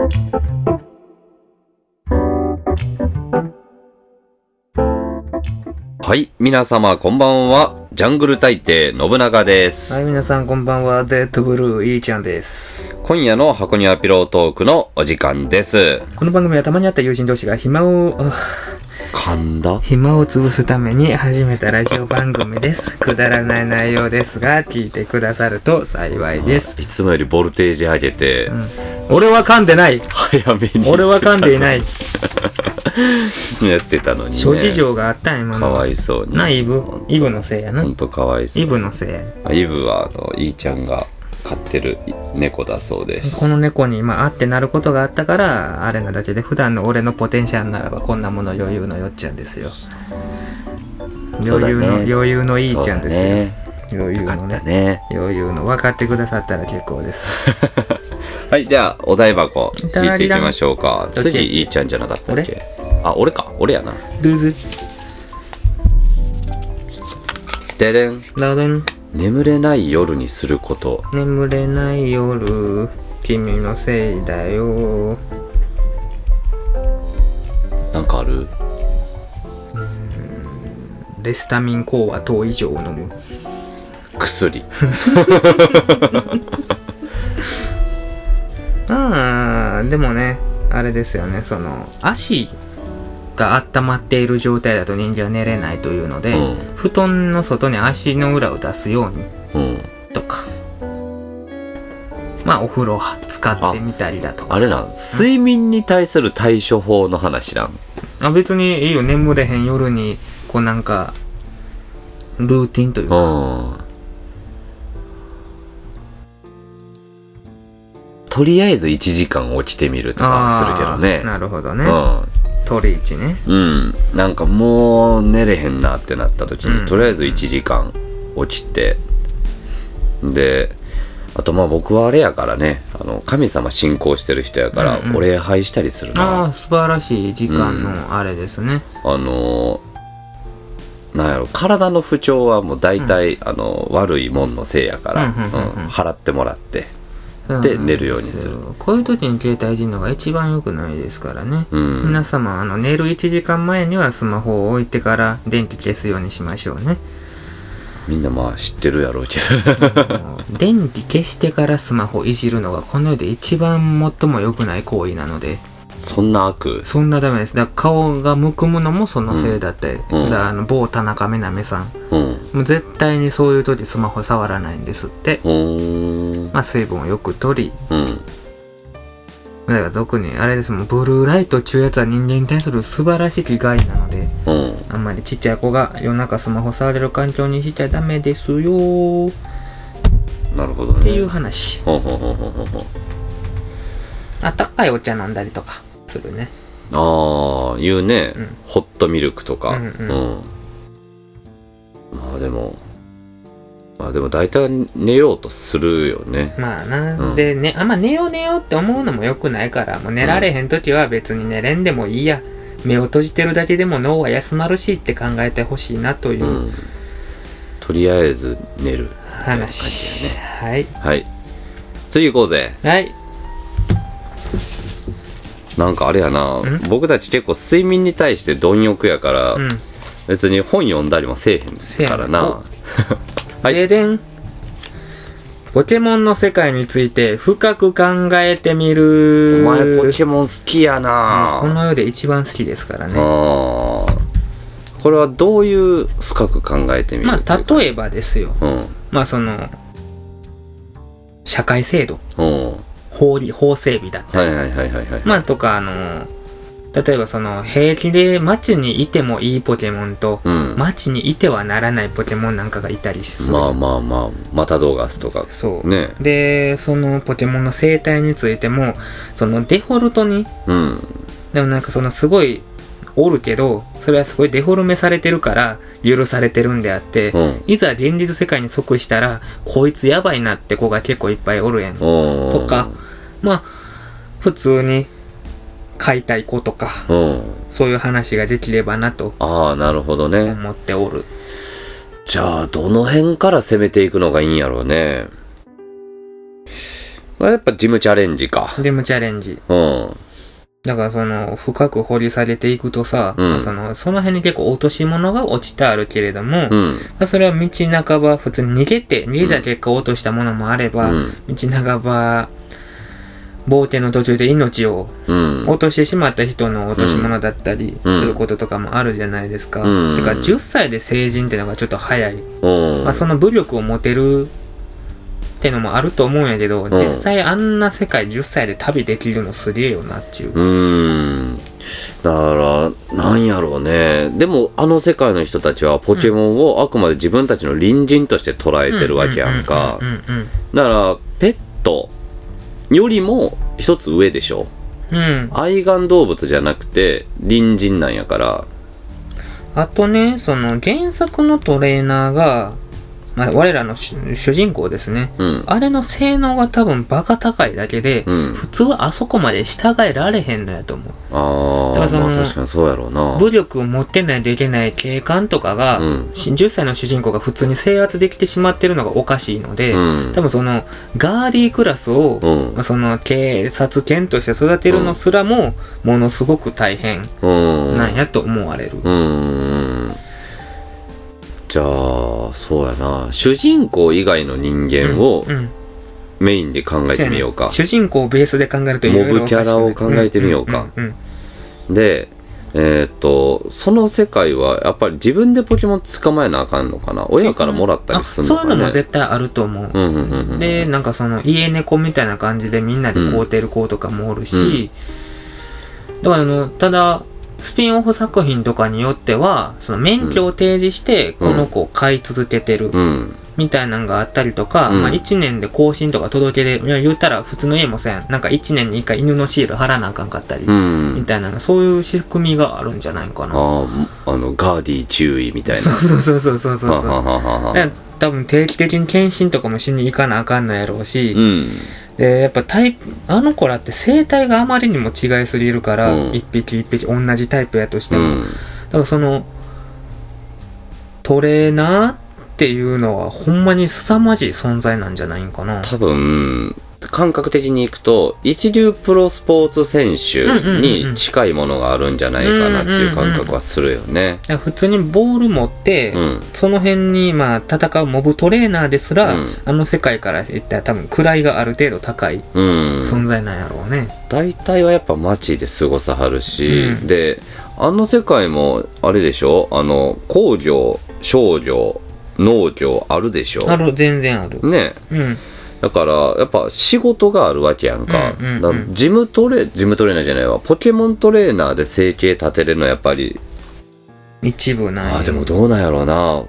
はい、皆様こんばんは。ジャングル大帝信長です。 はい、皆さんこんばんは。デッドブルーイーちゃんです。 今夜の箱庭ピロートークのお時間です。 この番組はたまにあった友人同士が暇を潰すために始めたラジオ番組です。くだらない内容ですが聞いてくださると幸いです。 いつもよりボルテージ上げて、 俺は噛んでない。 早めに俺は噛んでいないやってたのにね。 諸事情があったん今の。 かわいそうになイブのせいやな。 ほんとかわいそう。 イブのせいや。 イブはイーちゃんが飼ってる猫だそうです。 この猫に会ってなることがあったからあれなだけで、普段の俺のポテンシャルならばこんなもの余裕のよっちゃんですよ。余裕のいいちゃんですよ。余裕のね。余裕の分かってくださったら結構です。 はい、じゃあお題箱引いていきましょうか。次いいちゃんじゃなかったっけ？俺か。俺やな。 ルーズ。 ででん。 ラデン。 眠れない夜にすること。 眠れない夜、君のせいだよ。 なんかある？ レスタミンコーは糖以上を飲む。 薬。 でもね、あれですよね、その足が温まっている状態だと人間は寝れないというので、布団の外に足の裏を出すように、とか、まあお風呂使ってみたりだとか。 あれなん、睡眠に対する対処法の話なん。 別にいいよ。眠れへん夜にこうなんかルーティンというか、 とりあえず1時間起きてみるとかはするけどね。 なるほどね。鳥1ね。 なんかもう寝れへんなってなった時に、とりあえず1時間起きて、であとまあ僕はあれやからね、神様信仰してる人やから、お礼拝したりするな。 素晴らしい時間のあれですね。 なんやろ、体の不調はもう大体、悪いもんのせいやから、払ってもらってで寝るようにする。 こういう時に携帯いじるのが一番良くないですからね。皆様寝る1時間前にはスマホを置いてから電気消すようにしましょうね。 みんなまあ知ってるやろうけど電気消してからスマホいじるのがこの世で一番最も良くない行為なので。 そんな悪？ そんなダメです。だから顔がむくむのもそのせいだって、某田中みな実さん、もう絶対にそういう時スマホ触らないんですって。まあ水分をよく取り、だから特にあれですもん、ブルーライトっていうやつは人間に対する素晴らしき害なので、あんまりちっちゃい子が夜中スマホ触れる環境にしちゃダメですよ。 なるほどね。 っていう話。高いお茶飲んだりとかするね。 言うね、ホットミルクとか。まあでも大体寝ようとするよね。 まあな、でね、あんま寝ようって思うのも良くないから、もう寝られへん時は別に寝れんでもいいや、目を閉じてるだけでも脳は休まるしって考えてほしいなという、 とりあえず寝る話やね。 はい、次行こうぜ。 はい。 なんかあれやな、僕たち結構睡眠に対して貪欲やから、別に本読んだりもせえへんからな。 はい。ででん。ポケモンの世界について深く考えてみる。 お前ポケモン好きやな。 この世で一番好きですからね。 これはどういう深く考えてみる？ まあ例えばですよ。まあその社会制度。法整備だったり、まあとか例えばその平気で街にいてもいいポケモンと、街にいてはならないポケモンなんかがいたりする。 マタドーガスとか。 そうね。でそのポケモンの生態についてもそのデフォルトに、でもなんかそのすごいおるけど、それはすごいデフォルメされてるから許されてるんであって、いざ現実世界に即したらこいつやばいなって子が結構いっぱいおるやんとか、まあ普通に飼いたい子とか、そういう話ができればなと。 なるほどね。 思っておる。 じゃあどの辺から攻めていくのがいいんやろうね。 やっぱジムチャレンジか。 ジムチャレンジ。 うん。 だからその、深く掘り下げていくとさ、その辺に結構落とし物が落ちてあるけれども、それは道半ば普通に逃げた結果落としたものもあれば、道半ば、冒険の途中で命を落としてしまった人の落とし物だったりすることとかもあるじゃないですか。てか10歳で成人ってのがちょっと早い。その武力を持てるってのもあると思うんやけど、実際あんな世界10歳で旅できるのすげえよなっていう。 だからなんやろうね。でもあの世界の人たちはポケモンをあくまで自分たちの隣人として捉えてるわけやんか。だからペットよりも一つ上でしょ。愛玩動物じゃなくて隣人なんやから。 あとね、その原作のトレーナーが、我らの主人公ですね、あれの性能が多分バカ高いだけで、普通はあそこまで従えられへんのやと思う。だからその、 確かにそうやろうな。 武力を持ってないといけない警官とかが、10歳の主人公が普通に制圧できてしまってるのがおかしいので、多分そのガーディークラスを、その警察犬として育てるのすらもものすごく大変なんやと思われる。 じゃあそうやな、主人公以外の人間をメインで考えてみようか。 主人公をベースで考えるとモブキャラを考えてみようか。でその世界はやっぱり自分でポケモン捕まえなあかんのかな。親からもらったりするのかね。 そういうのも絶対あると思う。でなんかその家猫みたいな感じでみんなで飼うてる子とかもおるし、だからただスピンオフ作品とかによってはその免許を提示してこの子を飼い続けてるみたいなのがあったりとか、1年で更新とか届けで、言ったら普通の家もさ、なんか1年に1回犬のシール貼らなあかんかったりみたいな、そういう仕組みがあるんじゃないかな。 ガーディー注意みたいな。 そう多分定期的に検診とかもしに行かなあかんのやろうし、でやっぱあの子らって生態があまりにも違いすぎるから、一匹一匹同じタイプやとしても、だからそのトレーナーっていうのはほんまに凄まじい存在なんじゃないんかな。 多分感覚的にいくと一流プロスポーツ選手に近いものがあるんじゃないかなっていう感覚はするよね。 普通にボール持って、その辺に戦うモブトレーナーですら、あの世界から言ったら多分位がある程度高い存在なんやろうね。 大体はやっぱ街で過ごさはるし、であの世界もあれでしょ、工業商業農業あるでしょ。 全然あるね。だからやっぱ仕事があるわけやんか。ジムトレーナーじゃないわ、ポケモントレーナーで生計立てれるのはやっぱり一部ない。 でもどうなんやろうな。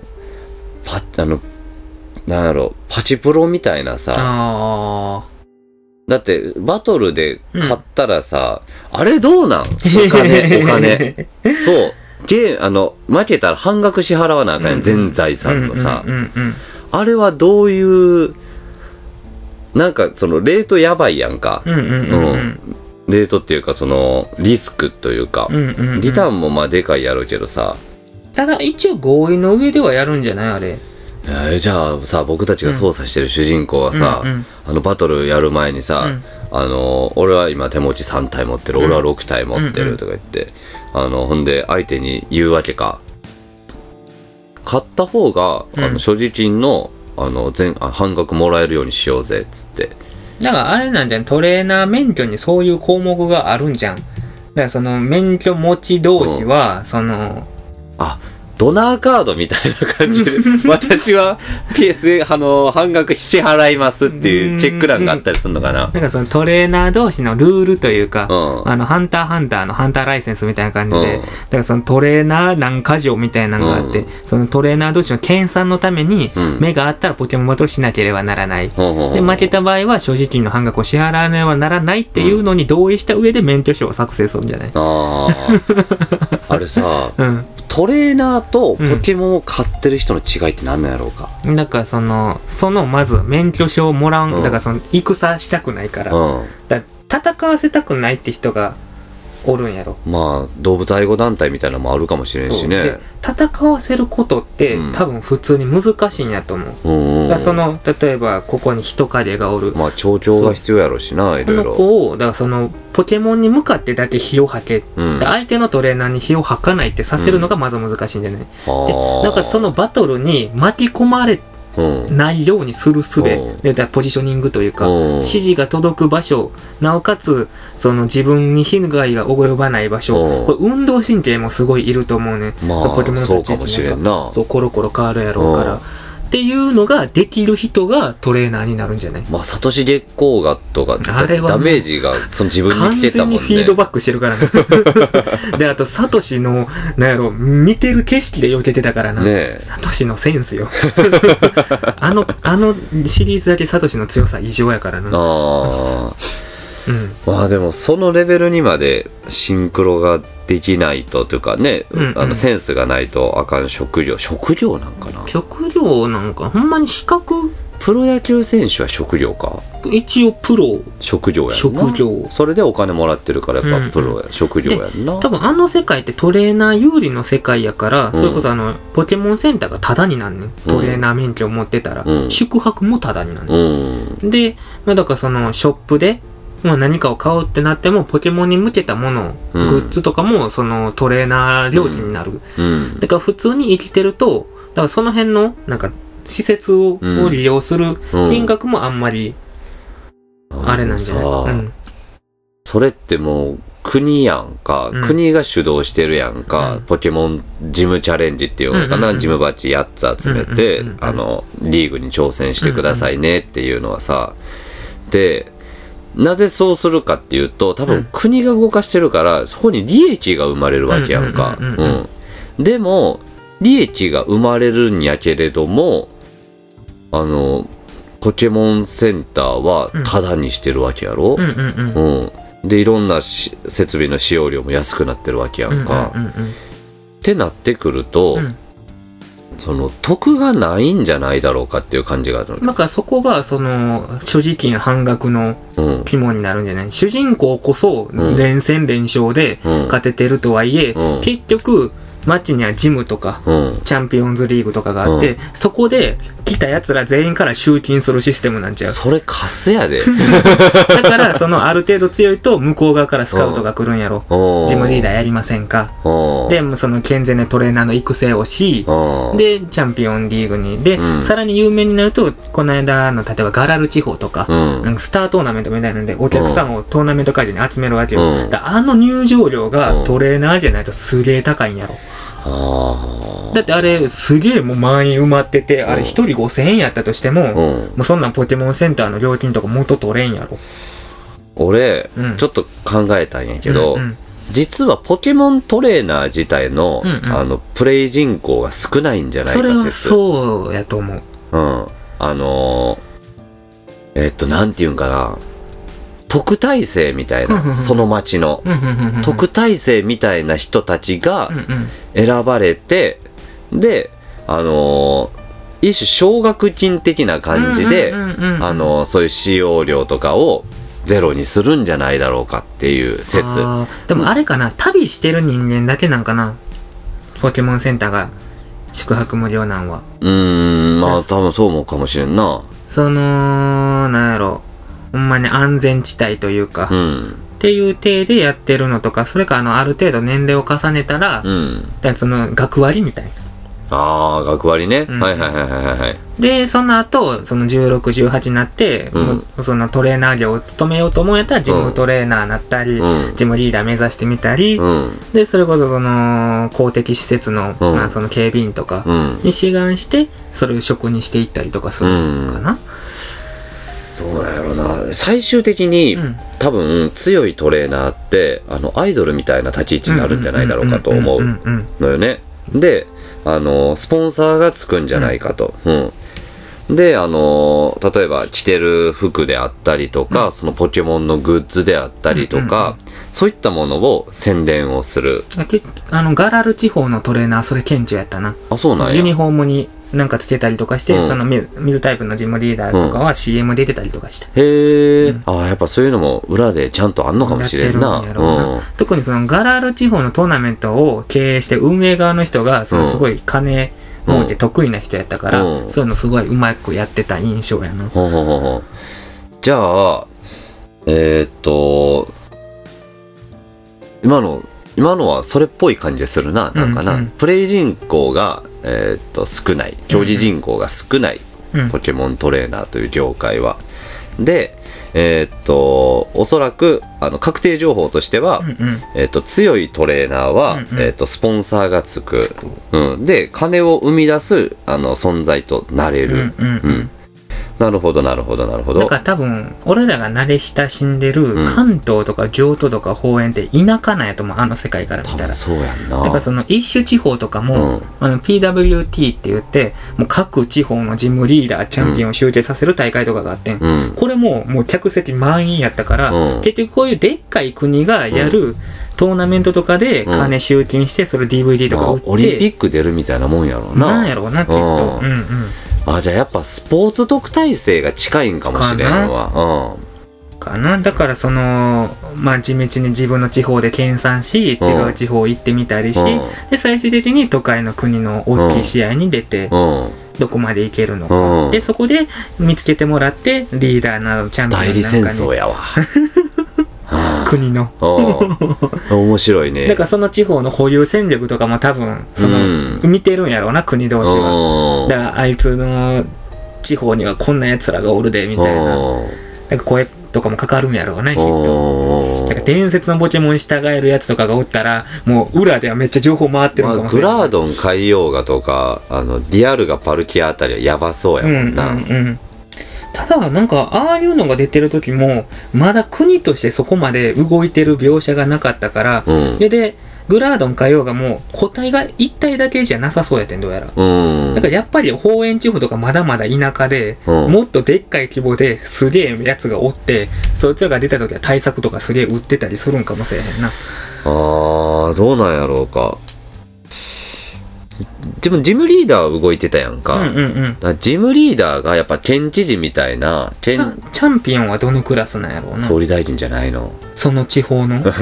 なんやろ、パチプロみたいなさ。だってバトルで買ったらさ、あれどうなん？お金そう負けたら半額支払わなあかん、全財産のさ。あれはどういうなんかそのレートやばいやんか。レートっていうかそのリスクというか、リターンもでかいやろうけどさ。 ただ一応合意の上ではやるんじゃないあれ。 じゃあさ、僕たちが操作してる主人公はさ、バトルやる前にさ、俺は今手持ち3体持ってる、俺は6体持ってるとか言って、ほんで相手に言うわけか。買った方が所持金の半額もらえるようにしようぜっつって。 だからあれなんじゃん、トレーナー免許にそういう項目があるんじゃん。だからその免許持ち同士はそのドナーカードみたいな感じで私は PS 半額支払いますっていうチェック欄があったりするのかな。 なんかそのトレーナー同士のルールというか、ハンターハンターのハンターライセンスみたいな感じで、だからそのトレーナー何か条みたいなのがあって、そのトレーナー同士の研鑽のために目があったらポケモンバトルしなければならない、で負けた場合は所持金の半額を支払わねばならないっていうのに同意した上で免許証を作成するんじゃない？ あれさ、トレーナーとポケモンを買ってる人の違いって何なんやろうか。 だからそのまず免許証をもらう、だからその戦したくないから、だから戦わせたくないって人がおるんやろ。 まあ動物愛護団体みたいなのもあるかもしれんしね。 戦わせることって、多分普通に難しいんやと思う。だから例えばここに人影がおる。 まあ調教が必要やろうしな、いろいろ。 この子をだからそのポケモンに向かってだけ火を吐け、相手のトレーナーに火を吐かないってさせるのがまず難しいんじゃない。でだからそのバトルに巻き込まれないようにする術でポジショニングというか、指示が届く場所、なおかつその自分に被害が及ばない場所、これ運動神経もすごいいると思うね。 まあポケモンのそうかもしれんな。 そうコロコロ変わるやろうから、っていうのができる人がトレーナーになるんじゃない。 まあサトシ月光河とかあれはダメージがその自分に来てたもんね。 完全にフィードバックしてるからね。であとサトシのなんやろ、見てる景色で避けてたからな。 ね、 サトシのセンスよ。あのシリーズだけサトシの強さ異常やからな。 まあでもそのレベルにまでシンクロができないとというかね、センスがないとあかん職業なんかな。 職業なんかほんまに資格。 プロ野球選手は職業か。 一応プロ職業やんな。 職業。 それでお金もらってるからやっぱプロや、職業やんな。 多分あの世界ってトレーナー有利の世界やから、それこそポケモンセンターがタダになんねん。トレーナー免許を持ってたら、宿泊もタダになんねん。で、まあ、だからそのショップでまあ何かを買うってなってもポケモンに向けたもの、グッズとかもそのトレーナー料金になる。だから普通に生きてると、だからその辺のなんか施設を利用する金額もあんまりあれなんじゃない。 それってもう国やんか、国が主導してるやんか、ポケモンジムチャレンジっていうのかな、ジムバッジ8つ集めてリーグに挑戦してくださいねっていうのはさ、でなぜそうするかっていうと、多分国が動かしてるからそこに利益が生まれるわけやんか。でも利益が生まれるんやけれども、ポケモンセンターはタダにしてるわけやろ。でいろんな設備の使用料も安くなってるわけやんか。ってなってくると、その得がないんじゃないだろうかっていう感じがある。 だからそこがその所持金半額の肝になるんじゃない。主人公こそ連戦連勝で勝ててるとはいえ、結局街にはジムとか、チャンピオンズリーグとかがあって、そこで来た奴ら全員から集金するシステムなんちゃう。 それカスやで。 だからそのある程度強いと向こう側からスカウトが来るんやろ。ジムリーダーやりませんか。でその健全なトレーナーの育成をし、でチャンピオンリーグにで、さらに有名になるとこの間の例えばガラル地方とか、なんかスタートーナメントみたいなんでお客さんをトーナメント会場に集めるわけよ。だ入場料がトレーナーじゃないとすげえ高いんやろ。だってあれすげえもう満員埋まってて、あれ1人5000円やったとしても、もうそんなんポケモンセンターの料金とか元取れんやろ。 俺、ちょっと考えたんやけど、実はポケモントレーナー自体の、プレイ人口が少ないんじゃないか説。 それはそうやと思う。 なんていうんかな、特待生みたいな、その町の特待生みたいな人たちが選ばれて、で一種奨学金的な感じでそういう使用料とかをゼロにするんじゃないだろうかっていう説。 でもあれかな、旅してる人間だけなんかな、ポケモンセンターが宿泊無料なんは。 まあ多分そうもかもしれんな。 そのなんやろ、ほんまに安全地帯というか、っていう体でやってるのとか、それかある程度年齢を重ねたら、その学割みたいな。 学割ね。はいはいはいはい。 でその後その16、18になって、そのトレーナー業を務めようと思うんやったらジムトレーナーになったり、ジムリーダー目指してみたり、でそれこそその公的施設の、その警備員とかに志願してそれを職にしていったりとかするかな。 どうなんやろな。最終的に、多分強いトレーナーってアイドルみたいな立ち位置になるんじゃないだろうかと思うのよね。でスポンサーがつくんじゃないかと。で例えば着てる服であったりとか、そのポケモンのグッズであったりとか、そういったものを宣伝をする。 ガラル地方のトレーナーそれ顕著やったな。 そうなんや。 ユニフォームになんかつけたりとかして、その水タイプのジムリーダーとかは CM 出てたりとかした。 へえ、ああ、やっぱそういうのも裏でちゃんとあんのかもしれんな。 特にそのガラール地方のトーナメントを経営して運営側の人が、そのすごい金儲け得意な人やったから、そういうのすごいうまくやってた印象やな。 じゃあ、今のはそれっぽい感じするな、なんかな、プレイ人口が、少ない、競技人口が少ない、ポケモントレーナーという業界は。で、おそらく確定情報としては、強いトレーナーは、スポンサーがつく、で金を生み出す存在となれる。なるほどなるほどなるほど。 だから多分俺らが慣れ親しんでる関東とか上都とか方園って田舎なんやと思う、世界から見たら。 そうやんな。 だからその一種地方とかも、PWT って言ってもう各地方のジムリーダーチャンピオンを集結させる大会とかがあってん、これもう客席満員やったから、結局こういうでっかい国がやる、トーナメントとかで金集金してそれ DVD とか売って、 オリンピック出るみたいなもんやろうな。 なんやろうなきっと。 じゃあやっぱスポーツ特待生が近いんかもしれんわ。 かな。だからその地道に自分の地方で研鑽し、違う地方行ってみたりし、で最終的に都会の国の大きい試合に出て、どこまで行けるのか、でそこで見つけてもらってリーダーなどチャンピオンなんかに。 代理戦争やわ。 国の面白いね。 だからその地方の保有戦力とかも多分見てるんやろうな、国同士は。だからあいつの地方にはこんな奴らがおるでみたいな、なんか声とかもかかるんやろうね、きっと。だから伝説のポケモンに従えるやつとかがおったらもう裏ではめっちゃ情報回ってるかもしれない。 グラードン海洋画とかディアルガパルキアあたりはやばそうやもんな。 ただなんかああいうのが出てる時もまだ国としてそこまで動いてる描写がなかったから、でグラードン海洋がもう個体が一体だけじゃなさそうやってん、どうやら。だからやっぱり方園地方とかまだまだ田舎で、もっとでっかい規模ですげえやつがおって、そいつらが出た時は対策とかすげえ売ってたりするんかもしれへんな。 どうなんやろうか。でもジムリーダーは動いてたやんか。ジムリーダーがやっぱ県知事みたいなチャンピオンはどのクラスなんやろうな。 総理大臣じゃないの、 その地方の。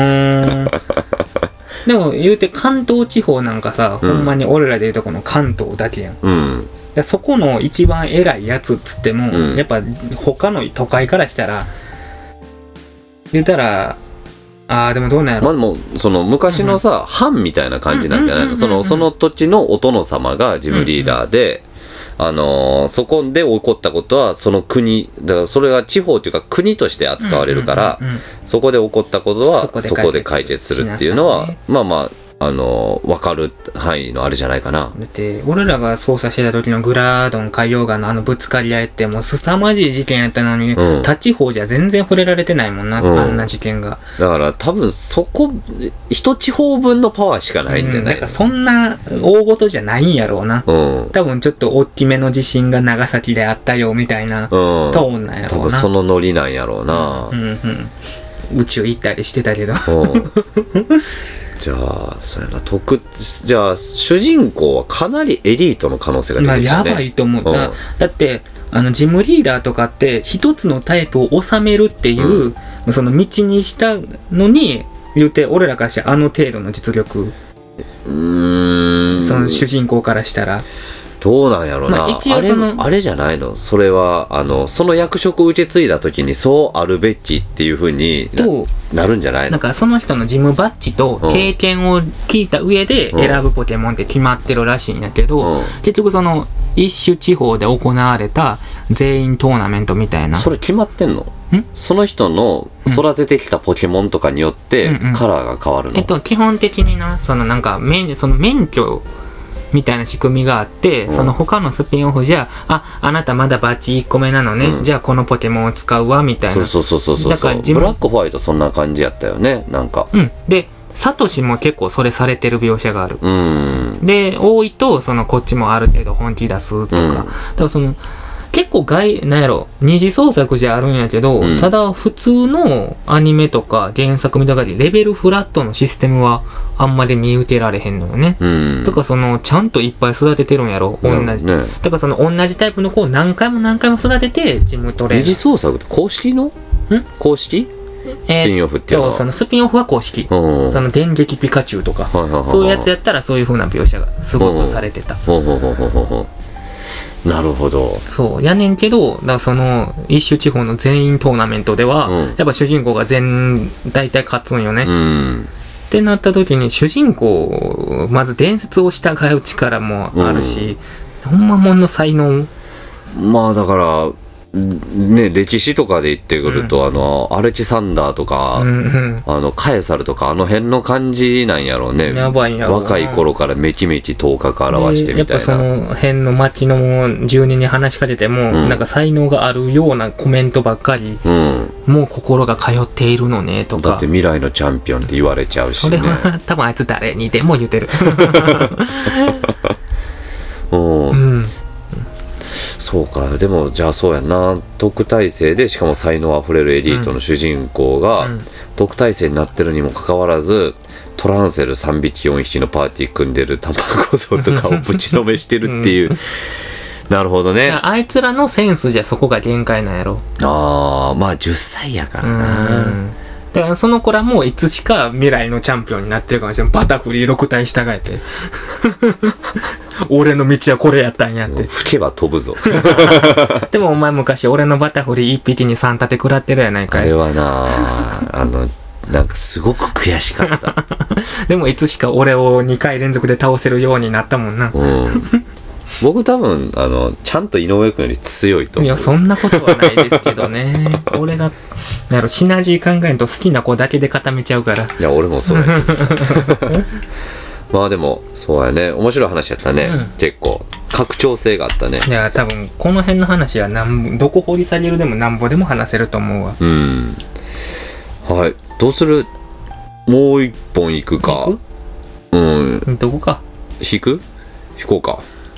でも言うて関東地方なんかさ、ほんまに俺らでいうとこの関東だけやん。そこの一番偉いやつっつっても、やっぱ他の都会からしたら言うたらでもどうなんやろ。 でもその昔のさ、藩みたいな感じなんじゃないの。その土地のお殿様がジムリーダーで、そこで起こったことはその国だから、それが地方というか国として扱われるから、そこで起こったことはそこで解決するっていうのは、分かる範囲のあれじゃないかな。 だって俺らが捜査してた時のグラードン海洋画のぶつかり合いってもう凄まじい事件やったのに、他地方じゃ全然触れられてないもんな、あんな事件が。 だから多分そこ一地方分のパワーしかないんじゃない、 だからそんな大事じゃないんやろうな。多分ちょっと大きめの地震が長崎であったよみたいなトーンなんやろうな。 多分そのノリなんやろうな。 宇宙行ったりしてたけど。 じゃあそうやな、じゃあ主人公はかなりエリートの可能性が出てきたね。 やばいと思う。だってジムリーダーとかって一つのタイプを収めるっていう、その道にしたのに言うて、俺らからして程度の実力、その主人公からしたらどうなんやろな。一応あれじゃないの、それはその役職を受け継いだ時にそうあるべきっていう風になるんじゃないの。 なんかその人のジムバッジと経験を聞いた上で選ぶポケモンって決まってるらしいんだけど、結局その一種地方で行われた全員トーナメントみたいな、 それ決まってんの？その人の育ててきたポケモンとかによってカラーが変わるの？ 基本的にな、そのなんかその免許みたいな仕組みがあって、その他のスピンオフじゃあなたまだバッジ1個目なのね、じゃあこのポケモンを使うわみたいな。 そうだからブラックホワイトそんな感じやったよね、なんか。 でサトシも結構それされてる描写がある。で多いとそのこっちもある程度本気出すとか、だからその結構なんやろ、二次創作じゃあるんやけど、 うんただ普通のアニメとか原作見た限りレベルフラットのシステムはあんまり見受けられへんのよね。 うん。 とかちゃんといっぱい育ててるんやろ、同じ。 ね。 だから同じタイプの子を何回も何回も育てて、チームトレーナー。 二次創作って公式の公式スピンオフっていうのは、 そのスピンオフは公式。 うん、 その電撃ピカチュウとか、 はいはいはいはい、 そういうやつやったらそういう風な描写がすごくされてた。 なるほど。 そうやねんけど、だから一種地方の全員トーナメントでは、やっぱ主人公が大体勝つんよね。ってなった時に主人公まず伝説を従う力もあるし、ほんまもんの才能。 まあだからね、歴史とかで言ってくると、アルチサンダーとか、カエサルとかあの辺の感じなんやろうね。 やばいんやろうな。 若い頃からめきめき頭角表してみたいな。 やっぱその辺の町の住人に話しかけても、なんか才能があるようなコメントばっかり、もう心が通っているのねとか。 だって未来のチャンピオンって言われちゃうしね。 それは多分あいつ誰にでも言ってる。 そうか。でもじゃあそうやな、特待生でしかも才能あふれるエリートの主人公が、特待生になってるにもかかわらずトランセル3匹4匹のパーティー組んでる卵像とかをぶちのめしてるっていう、なるほどね。 あいつらのセンスじゃそこが限界なんやろ。 ああ、まあ10歳やからな。 だからその子らもいつしか未来のチャンピオンになってるかもしれない。バタフリー6体従えて。俺の道はこれやったんやって。 吹けば飛ぶぞ。 でもお前昔俺のバタフリー1匹に3立て食らってるやないかい。 あれはな、なんかすごく悔しかった。 でもいつしか俺を2回連続で倒せるようになったもんな。 僕多分ちゃんと井上君より強いと思う。 いやそんなことはないですけどね。俺がシナジー考えんと好きな子だけで固めちゃうから。 いや俺もそうやけどさ。まあでもそうやね、面白い話やったね、結構拡張性があったね。 いや多分この辺の話はどこ掘り下げるでもなんぼでも話せると思うわ。 はい、どうする？もう一本行くか。 どこか引こうか。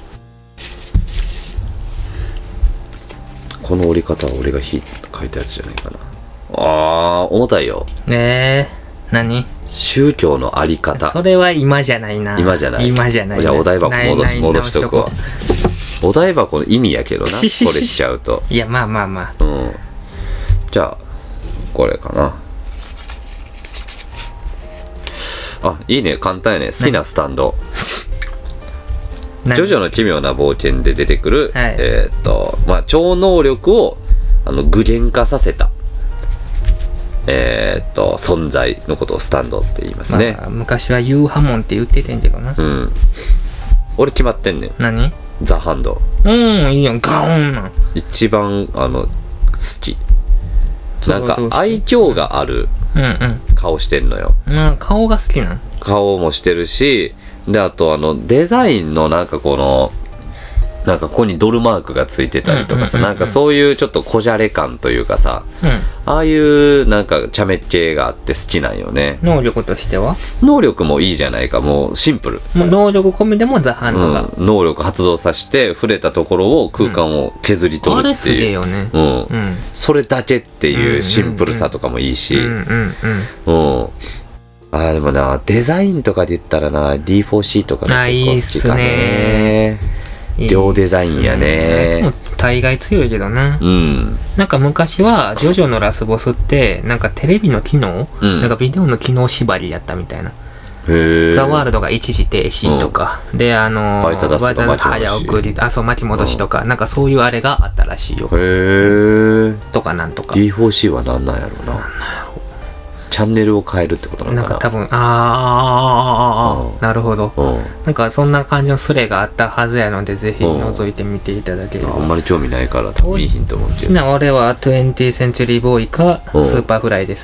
この折り方は俺が書いたやつじゃないかな。重たいよ。 何？ 宗教のあり方。 それは今じゃないな。 今じゃない。じゃあお台箱戻しとくわ。お台箱の意味やけどな。これしちゃうと。 いやまあ。 じゃあこれかな。いいね、簡単やね。好きなスタンド。ジョジョの奇妙な冒険で出てくる、超能力を具現化させた存在のことをスタンドって言いますね。 昔はユーハモンって言っててんけどな。 俺決まってんねん。 何？ ザ・ハンド。 いいやん、ガオンな。 一番好き。なんか愛嬌がある顔してんのよ。 顔が好きなの？ 顔もしてるし、であとデザインのなんかここにドルマークがついてたりとかさ、なんかそういうちょっとこじゃれ感というかさ、ああいうなんか茶目っ気があって好きなんよね。 能力としては？ 能力もいいじゃないか。もうシンプル。 もう能力込みでもザ・ハンドが、 能力発動させて触れたところを空間を削り取るっていう、 あれすげえよね。 それだけっていうシンプルさとかもいいし、でもな、デザインとかで言ったらな、D4C とかが結構好きかね。両デザインやね。 いつも大概強いけどな。なんか昔はジョジョのラスボスってなんかテレビの機能、なんかビデオの機能縛りやったみたいな。ザ・ワールドが一時停止とか、でバイザダスト早送り、巻き戻しとか、なんかそういうあれがあったらしいよ。とかなんとか。 D4C はなんなんやろうな。チャンネルを変えるってことなのかな。 なんか多分なるほど。なんかそんな感じのスレがあったはずやので、ぜひ覗いてみていただければ。 あんまり興味ないから多分いいヒントも。 ちなみに俺は20センチュリーボーイかスーパーフライです。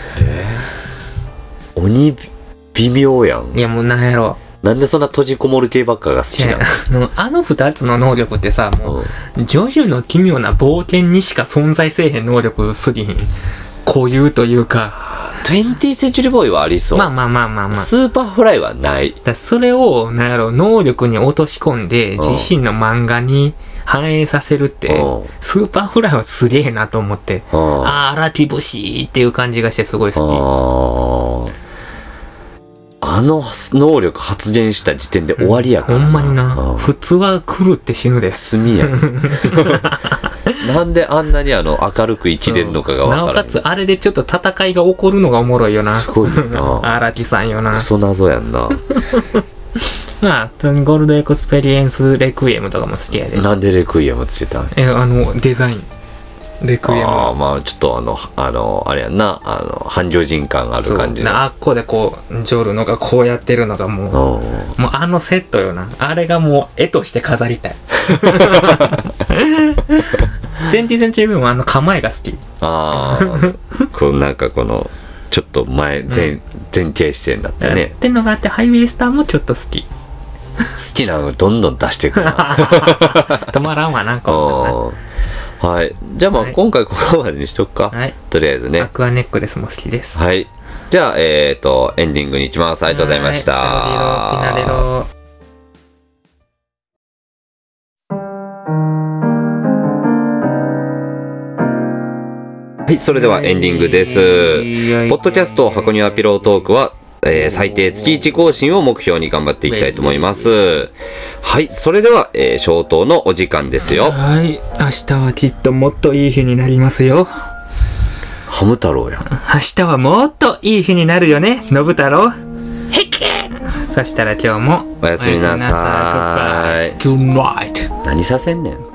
鬼微妙やん。 いやもうなんやろ、 なんでそんな閉じこもる系ばっかが好きなの？ 2つの能力ってさ、もうジョジョの奇妙な冒険にしか存在せえへん能力すぎひん。固有というか。 20センチュリーボーイはありそう。 まあ。 スーパーフライはない。 それを、能力に落とし込んで、自身の漫画に反映させるって、スーパーフライはすげえなと思って、荒木節っていう感じがしてすごい好き。 あの能力発現した時点で終わりやからな。 ほんまにな。普通は狂って死ぬです。 罪やん。なんであんなに明るく生きれるのかがわからない。 なおかつあれでちょっと戦いが起こるのがおもろいよな。 すごいよな。 荒木さんよな。 クソ謎やんな。 まあ、普通にゴールドエクスペリエンスレクイエムとかも好きやで。 なんでレクイエムつけたん？ デザイン。レクイエム。 まあちょっとあれやんな、半魚人感ある感じの。 あっこでこう、ジョルのがこうやってるのがもうセットよな。あれがもう絵として飾りたい。ゼンティゼンチームも構えが好き。こうなんかこの、ちょっと前傾姿勢になってね。 ってのがあって、ハイウェイスターもちょっと好き。 好きなのどんどん出してくるな。 止まらんわな、こんな。 はい。じゃあまあ今回ここまでにしとくか。はい。とりあえずね。 アクアネックレスも好きです。 はい。じゃあ、エンディングに行きます。ありがとうございました。 ピナレロ。 はい、それではエンディングです。ポッドキャスト箱庭ピロートークは、最低月1更新を目標に頑張っていきたいと思います。はい、それでは、消灯のお時間ですよ。 はい、明日はきっともっといい日になりますよ。 ハム太郎やん。 明日はもっといい日になるよね、のぶ太郎。へっけそしたら今日もおやすみなさい。 Good night。 何させんねん。